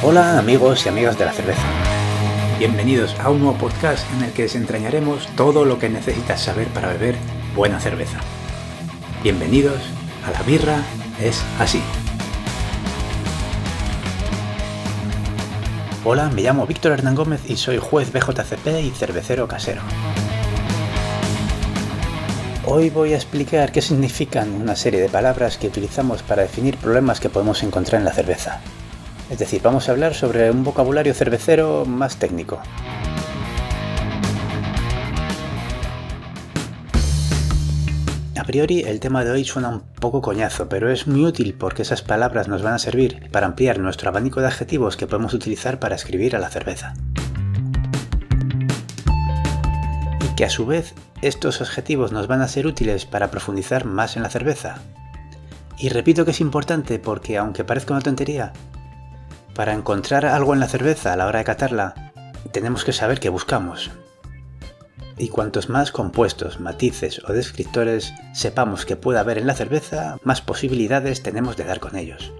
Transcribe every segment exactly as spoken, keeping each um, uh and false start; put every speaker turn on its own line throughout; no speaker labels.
Hola amigos y amigas de la cerveza.
Bienvenidos a un nuevo podcast en el que desentrañaremos todo lo que necesitas saber para beber buena cerveza. Bienvenidos a La Birra es Así.
Hola, me llamo Víctor Hernán Gómez y soy juez B J C P y cervecero casero. Hoy voy a explicar qué significan una serie de palabras que utilizamos para definir problemas que podemos encontrar en la cerveza. Es decir, vamos a hablar sobre un vocabulario cervecero más técnico. A priori, el tema de hoy suena un poco coñazo, pero es muy útil porque esas palabras nos van a servir para ampliar nuestro abanico de adjetivos que podemos utilizar para escribir a la cerveza. Y que a su vez, estos adjetivos nos van a ser útiles para profundizar más en la cerveza. Y repito que es importante porque, aunque parezca una tontería, para encontrar algo en la cerveza a la hora de catarla, tenemos que saber qué buscamos. Y cuantos más compuestos, matices o descriptores sepamos que pueda haber en la cerveza, más posibilidades tenemos de dar con ellos.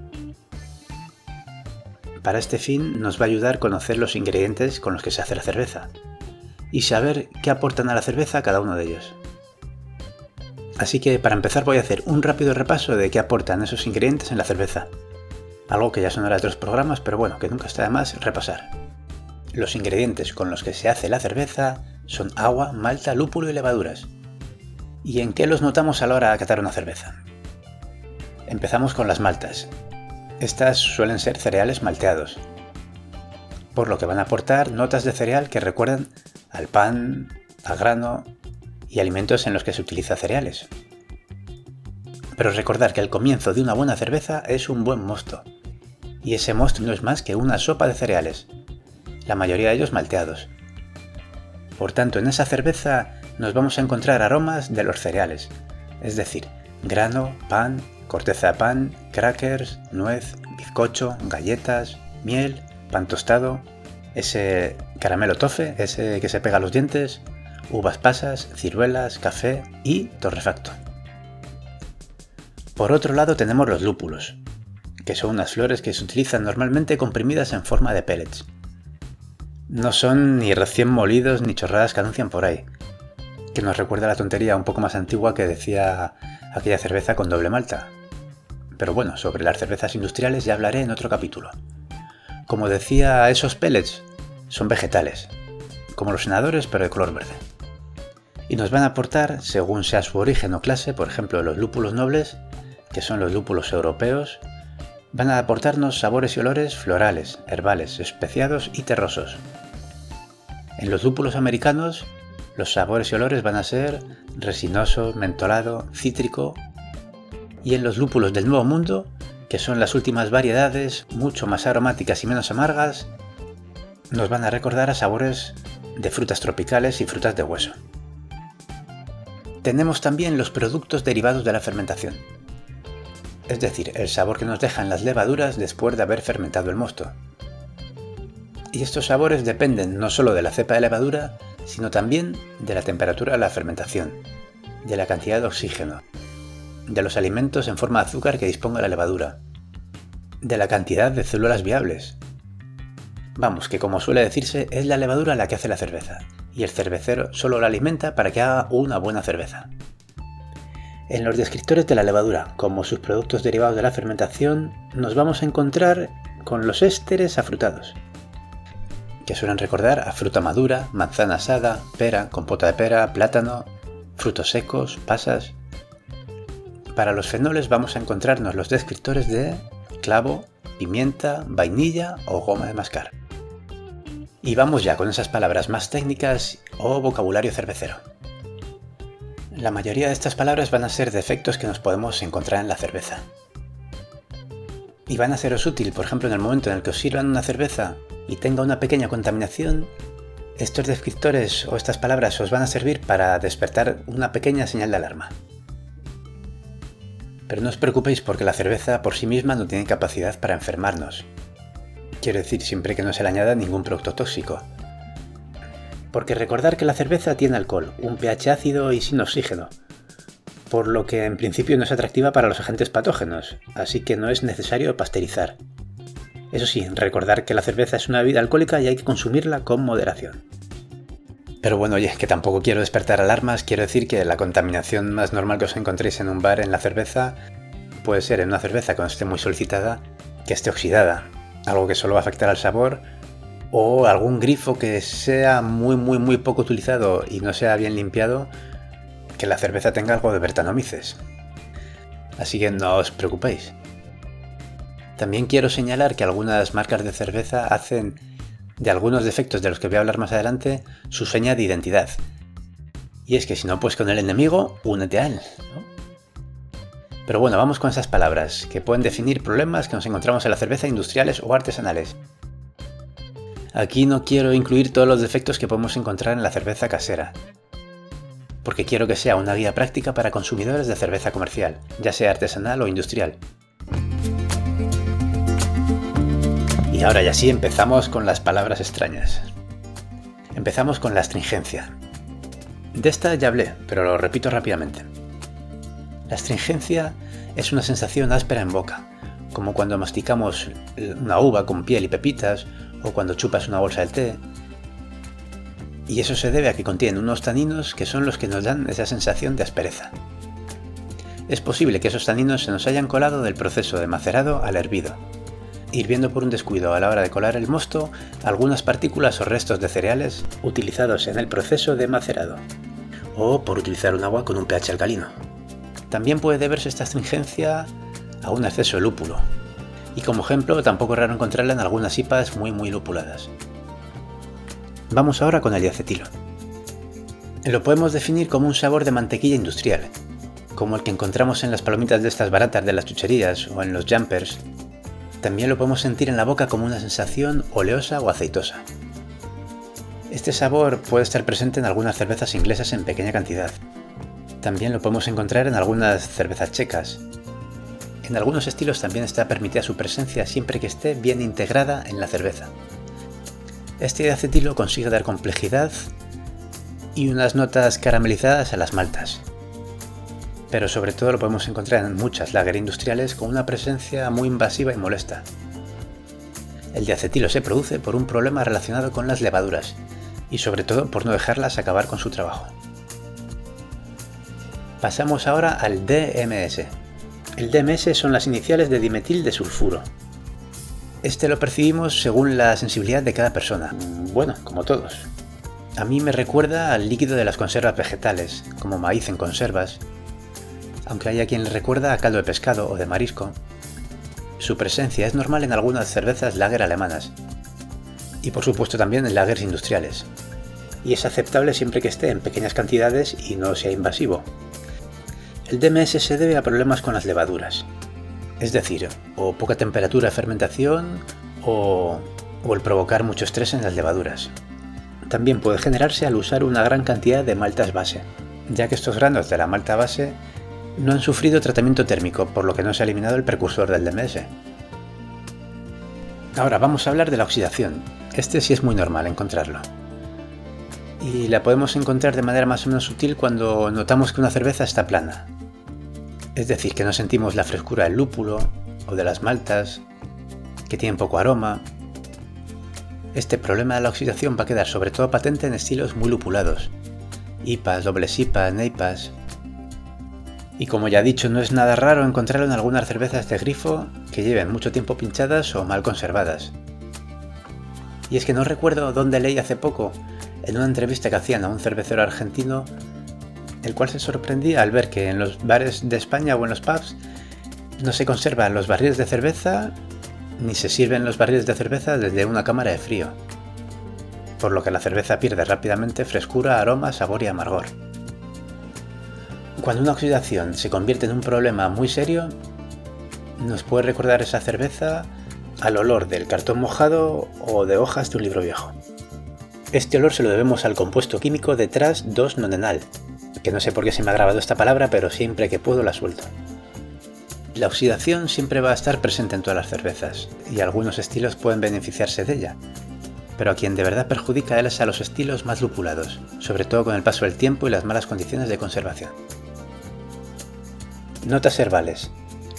Para este fin nos va a ayudar conocer los ingredientes con los que se hace la cerveza y saber qué aportan a la cerveza cada uno de ellos. Así que para empezar voy a hacer un rápido repaso de qué aportan esos ingredientes en la cerveza. Algo que ya sonará de otros programas, pero bueno, que nunca está de más repasar. Los ingredientes con los que se hace la cerveza son agua, malta, lúpulo y levaduras. ¿Y en qué los notamos a la hora de catar una cerveza? Empezamos con las maltas. Estas suelen ser cereales malteados, por lo que van a aportar notas de cereal que recuerdan al pan, al grano y alimentos en los que se utiliza cereales. Pero recordar que el comienzo de una buena cerveza es un buen mosto. Y ese mosto no es más que una sopa de cereales, la mayoría de ellos malteados. Por tanto, en esa cerveza nos vamos a encontrar aromas de los cereales, es decir, grano, pan, corteza de pan, crackers, nuez, bizcocho, galletas, miel, pan tostado, ese caramelo tofe, ese que se pega a los dientes, uvas pasas, ciruelas, café y torrefacto. Por otro lado tenemos los lúpulos, que son unas flores que se utilizan normalmente comprimidas en forma de pellets. No son ni recién molidos ni chorradas que anuncian por ahí, que nos recuerda la tontería un poco más antigua que decía aquella cerveza con doble malta. Pero bueno, sobre las cervezas industriales ya hablaré en otro capítulo. Como decía, esos pellets son vegetales, como los senadores pero de color verde. Y nos van a aportar, según sea su origen o clase, por ejemplo los lúpulos nobles, que son los lúpulos europeos, van a aportarnos sabores y olores florales, herbales, especiados y terrosos. En los lúpulos americanos, los sabores y olores van a ser resinoso, mentolado, cítrico, y en los lúpulos del Nuevo Mundo, que son las últimas variedades, mucho más aromáticas y menos amargas, nos van a recordar a sabores de frutas tropicales y frutas de hueso. Tenemos también los productos derivados de la fermentación, es decir, el sabor que nos dejan las levaduras después de haber fermentado el mosto. Y estos sabores dependen no solo de la cepa de levadura, sino también de la temperatura de la fermentación, de la cantidad de oxígeno, de los alimentos en forma de azúcar que disponga la levadura, de la cantidad de células viables. Vamos, que como suele decirse, es la levadura la que hace la cerveza, y el cervecero solo la alimenta para que haga una buena cerveza. En los descriptores de la levadura, como sus productos derivados de la fermentación, nos vamos a encontrar con los ésteres afrutados, que suelen recordar a fruta madura, manzana asada, pera, compota de pera, plátano, frutos secos, pasas. Para los fenoles vamos a encontrarnos los descriptores de clavo, pimienta, vainilla o goma de mascar. Y vamos ya con esas palabras más técnicas o vocabulario cervecero. La mayoría de estas palabras van a ser defectos que nos podemos encontrar en la cerveza. Y van a seros útil, por ejemplo, en el momento en el que os sirvan una cerveza y tenga una pequeña contaminación, estos descriptores o estas palabras os van a servir para despertar una pequeña señal de alarma. Pero no os preocupéis porque la cerveza por sí misma no tiene capacidad para enfermarnos. Quiero decir, siempre que no se le añada ningún producto tóxico. Porque recordar que la cerveza tiene alcohol, un pH ácido y sin oxígeno, por lo que en principio no es atractiva para los agentes patógenos, así que no es necesario pasteurizar. Eso sí, recordar que la cerveza es una bebida alcohólica y hay que consumirla con moderación. Pero bueno, oye, que tampoco quiero despertar alarmas, quiero decir que la contaminación más normal que os encontréis en un bar en la cerveza puede ser en una cerveza que no esté muy solicitada, que esté oxidada, algo que solo va a afectar al sabor, o algún grifo que sea muy muy muy poco utilizado y no sea bien limpiado, que la cerveza tenga algo de Brettanomyces. Así que no os preocupéis. También quiero señalar que algunas marcas de cerveza hacen de algunos defectos de los que voy a hablar más adelante su seña de identidad. Y es que si no puedes con el enemigo, únete a él, ¿no? Pero bueno, vamos con esas palabras que pueden definir problemas que nos encontramos en la cerveza industriales o artesanales. Aquí no quiero incluir todos los defectos que podemos encontrar en la cerveza casera, porque quiero que sea una guía práctica para consumidores de cerveza comercial, ya sea artesanal o industrial. Y ahora ya sí empezamos con las palabras extrañas. Empezamos con la astringencia. De esta ya hablé, pero lo repito rápidamente. La astringencia es una sensación áspera en boca, como cuando masticamos una uva con piel y pepitas, o cuando chupas una bolsa de té. Y eso se debe a que contiene unos taninos que son los que nos dan esa sensación de aspereza. Es posible que esos taninos se nos hayan colado del proceso de macerado al hervido, hirviendo por un descuido a la hora de colar el mosto algunas partículas o restos de cereales utilizados en el proceso de macerado, o por utilizar un agua con un pH alcalino. También puede deberse esta astringencia a un exceso de lúpulo, y como ejemplo tampoco es raro encontrarla en algunas I P As muy muy lupuladas. Vamos ahora con el diacetilo. Lo podemos definir como un sabor de mantequilla industrial, como el que encontramos en las palomitas de estas baratas de las chucherías o en los jumpers. También lo podemos sentir en la boca como una sensación oleosa o aceitosa. Este sabor puede estar presente en algunas cervezas inglesas en pequeña cantidad. También lo podemos encontrar en algunas cervezas checas. En algunos estilos también está permitida su presencia siempre que esté bien integrada en la cerveza. Este diacetilo consigue dar complejidad y unas notas caramelizadas a las maltas. Pero sobre todo lo podemos encontrar en muchas lager industriales con una presencia muy invasiva y molesta. El diacetilo se produce por un problema relacionado con las levaduras y sobre todo por no dejarlas acabar con su trabajo. Pasamos ahora al D M S. El D M S son las iniciales de dimetil de sulfuro. Este lo percibimos según la sensibilidad de cada persona, bueno, como todos. A mí me recuerda al líquido de las conservas vegetales, como maíz en conservas, aunque hay a quien le recuerda a caldo de pescado o de marisco. Su presencia es normal en algunas cervezas lager alemanas, y por supuesto también en lagers industriales, y es aceptable siempre que esté en pequeñas cantidades y no sea invasivo. El D M S se debe a problemas con las levaduras, es decir, o poca temperatura de fermentación o, o el provocar mucho estrés en las levaduras. También puede generarse al usar una gran cantidad de maltas base, ya que estos granos de la malta base no han sufrido tratamiento térmico, por lo que no se ha eliminado el precursor del D M S. Ahora vamos a hablar de la oxidación. Este sí es muy normal encontrarlo. Y la podemos encontrar de manera más o menos sutil cuando notamos que una cerveza está plana. Es decir, que no sentimos la frescura del lúpulo o de las maltas, que tienen poco aroma. Este problema de la oxidación va a quedar sobre todo patente en estilos muy lupulados, I P As, dobles I P As, N E I P As. Y como ya he dicho, no es nada raro encontrarlo en algunas cervezas de grifo que lleven mucho tiempo pinchadas o mal conservadas. Y es que no recuerdo dónde leí hace poco, en una entrevista que hacían a un cervecero argentino, el cual se sorprendía al ver que en los bares de España o en los pubs no se conservan los barriles de cerveza ni se sirven los barriles de cerveza desde una cámara de frío, por lo que la cerveza pierde rápidamente frescura, aroma, sabor y amargor. Cuando una oxidación se convierte en un problema muy serio, nos puede recordar esa cerveza al olor del cartón mojado o de hojas de un libro viejo. Este olor se lo debemos al compuesto químico de tras dos nonenal, que no sé por qué se me ha grabado esta palabra, pero siempre que puedo la suelto. La oxidación siempre va a estar presente en todas las cervezas, y algunos estilos pueden beneficiarse de ella, pero a quien de verdad perjudica es a los estilos más lupulados, sobre todo con el paso del tiempo y las malas condiciones de conservación. Notas herbales.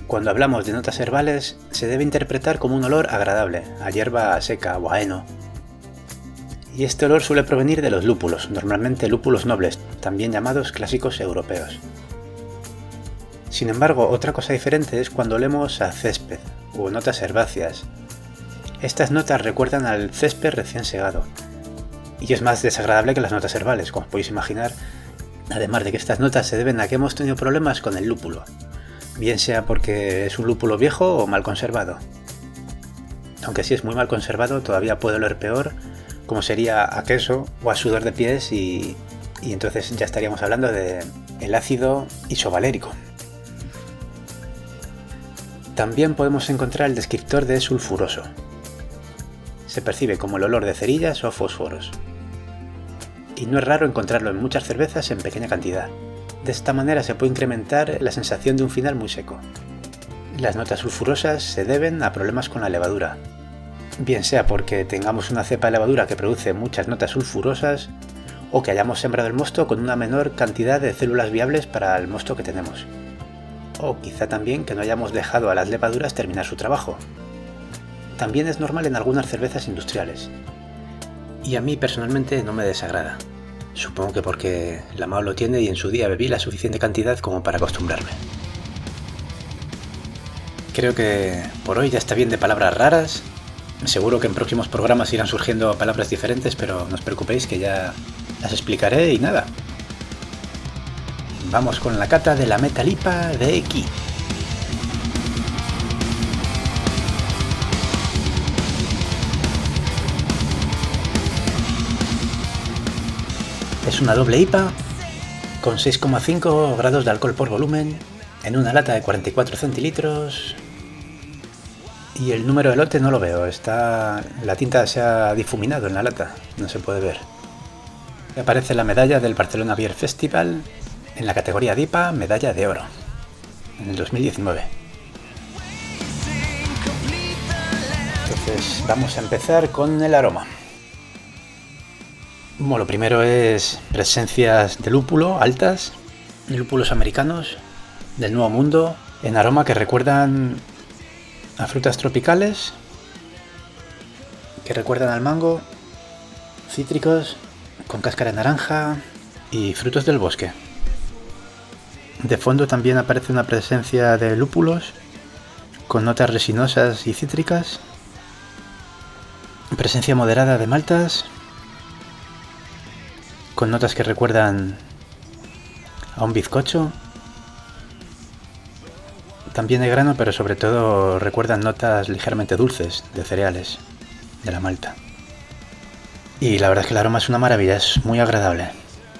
Cuando hablamos de notas herbales, se debe interpretar como un olor agradable, a hierba seca o a heno. Y este olor suele provenir de los lúpulos, normalmente lúpulos nobles, también llamados clásicos europeos. Sin embargo, otra cosa diferente es cuando olemos a césped o notas herbáceas. Estas notas recuerdan al césped recién segado, y es más desagradable que las notas herbales, como podéis imaginar, además de que estas notas se deben a que hemos tenido problemas con el lúpulo, bien sea porque es un lúpulo viejo o mal conservado. Aunque si es muy mal conservado todavía puede oler peor, como sería a queso o a sudor de pies, y, y entonces ya estaríamos hablando de el ácido isovalérico. También podemos encontrar el descriptor de sulfuroso. Se percibe como el olor de cerillas o fósforos. Y no es raro encontrarlo en muchas cervezas en pequeña cantidad. De esta manera se puede incrementar la sensación de un final muy seco. Las notas sulfurosas se deben a problemas con la levadura, bien sea porque tengamos una cepa de levadura que produce muchas notas sulfurosas o que hayamos sembrado el mosto con una menor cantidad de células viables para el mosto que tenemos, o quizá también que no hayamos dejado a las levaduras terminar su trabajo. También es normal en algunas cervezas industriales, y a mí personalmente no me desagrada. Supongo que porque la mano lo tiene y en su día bebí la suficiente cantidad como para acostumbrarme. Creo que por hoy ya está bien de palabras raras. Seguro que en próximos programas irán surgiendo palabras diferentes, pero no os preocupéis que ya las explicaré y nada. Vamos con la cata de la Metal I P A de Key. Es una doble I P A con seis coma cinco grados de alcohol por volumen en una lata de cuarenta y cuatro centilitros. Y el número de lote no lo veo, está, la tinta se ha difuminado en la lata, no se puede ver. Aparece la medalla del Barcelona Beer Festival en la categoría de I P A, medalla de oro, en el dos mil diecinueve. Entonces vamos a empezar con el aroma. Bueno, lo primero es presencias de lúpulo altas, lúpulos americanos del Nuevo Mundo, en aroma que recuerdan a frutas tropicales, que recuerdan al mango, cítricos, con cáscara de naranja y frutos del bosque. De fondo también aparece una presencia de lúpulos, con notas resinosas y cítricas, presencia moderada de maltas, con notas que recuerdan a un bizcocho, también de grano, pero sobre todo recuerdan notas ligeramente dulces de cereales, de la malta. Y la verdad es que el aroma es una maravilla, es muy agradable.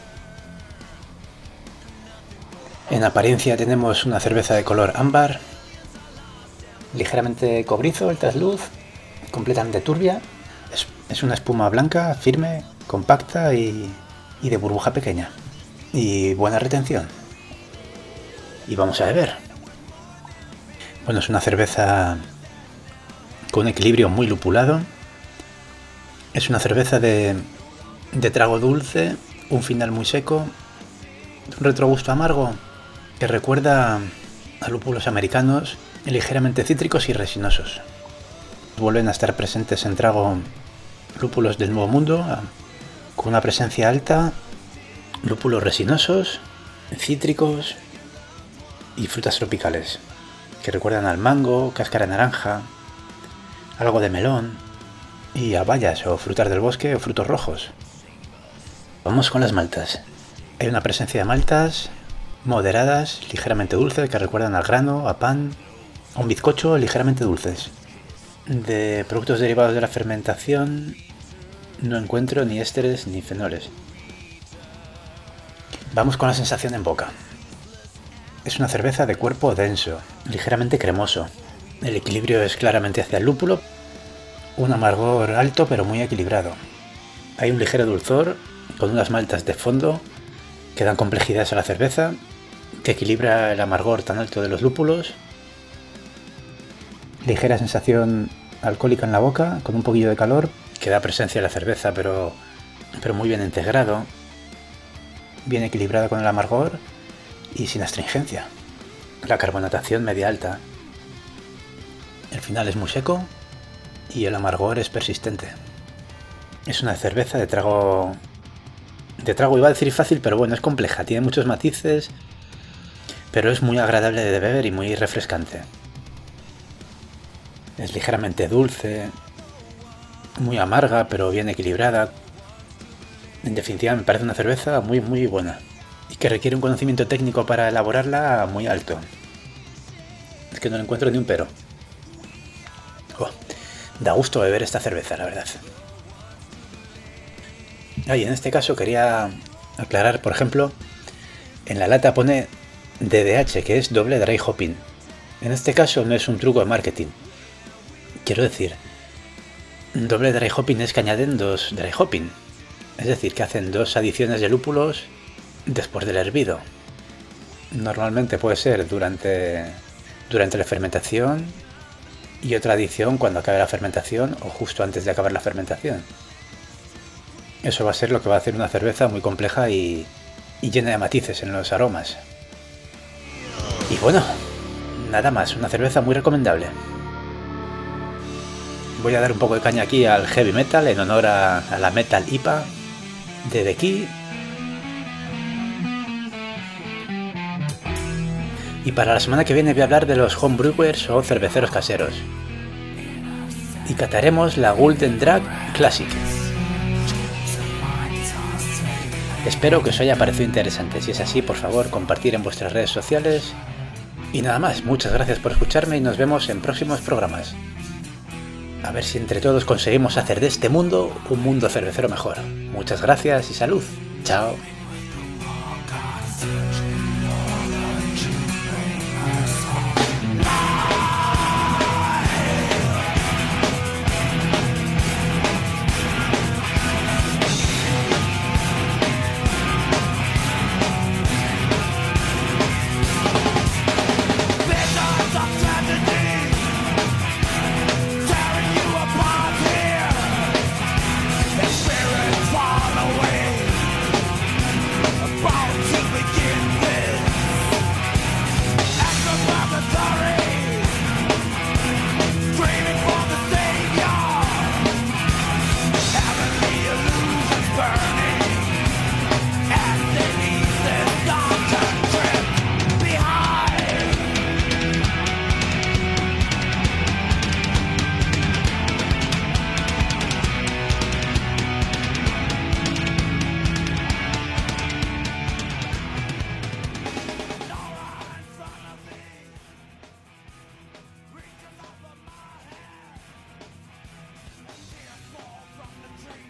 En apariencia tenemos una cerveza de color ámbar, ligeramente cobrizo el trasluz, completamente turbia. Es, es una espuma blanca, firme, compacta y, y de burbuja pequeña. Y buena retención. Y vamos a beber. Bueno, es una cerveza con un equilibrio muy lupulado. Es una cerveza de, de trago dulce, un final muy seco, un retrogusto amargo que recuerda a lúpulos americanos ligeramente cítricos y resinosos. Vuelven a estar presentes en trago lúpulos del Nuevo Mundo, con una presencia alta, lúpulos resinosos, cítricos y frutas tropicales, que recuerdan al mango, cáscara de naranja, algo de melón y a bayas o frutas del bosque o frutos rojos. Vamos con las maltas. Hay una presencia de maltas moderadas, ligeramente dulces, que recuerdan al grano, a pan, a un bizcocho ligeramente dulces. De productos derivados de la fermentación no encuentro ni ésteres ni fenoles. Vamos con la sensación en boca. Es una cerveza de cuerpo denso, ligeramente cremoso. El equilibrio es claramente hacia el lúpulo, un amargor alto pero muy equilibrado. Hay un ligero dulzor con unas maltas de fondo que dan complejidad a la cerveza, que equilibra el amargor tan alto de los lúpulos. Ligera sensación alcohólica en la boca, con un poquillo de calor, que da presencia a la cerveza, pero, pero muy bien integrado, bien equilibrado con el amargor y sin astringencia. La carbonatación media alta, El final es muy seco y el amargor es persistente. Es una cerveza de trago... De trago iba a decir fácil, pero bueno, es compleja. Tiene muchos matices, pero es muy agradable de beber y muy refrescante. Es ligeramente dulce, muy amarga, pero bien equilibrada. En definitiva, me parece una cerveza muy, muy buena. Y que requiere un conocimiento técnico para elaborarla muy alto. Es que no le encuentro ni un pero. Oh, da gusto beber esta cerveza, la verdad. Ah, y en este caso quería aclarar, por ejemplo, en la lata pone D D H, que es doble dry hopping. En este caso no es un truco de marketing. Quiero decir, doble dry hopping es que añaden dos dry hopping. Es decir, que hacen dos adiciones de lúpulos después del hervido. Normalmente puede ser durante, durante la fermentación y otra adición cuando acabe la fermentación o justo antes de acabar la fermentación. Eso va a ser lo que va a hacer una cerveza muy compleja y, y llena de matices en los aromas. Y bueno, nada más, una cerveza muy recomendable. Voy a dar un poco de caña aquí al heavy metal en honor a, a la Metal I P A de The Key. Y para la semana que viene voy a hablar de los homebrewers o cerveceros caseros. Y cataremos la Golden Drag Classic. Espero que os haya parecido interesante. Si es así, por favor, compartir en vuestras redes sociales. Y nada más, muchas gracias por escucharme y nos vemos en próximos programas. A ver si entre todos conseguimos hacer de este mundo un mundo cervecero mejor. Muchas gracias y salud. Chao.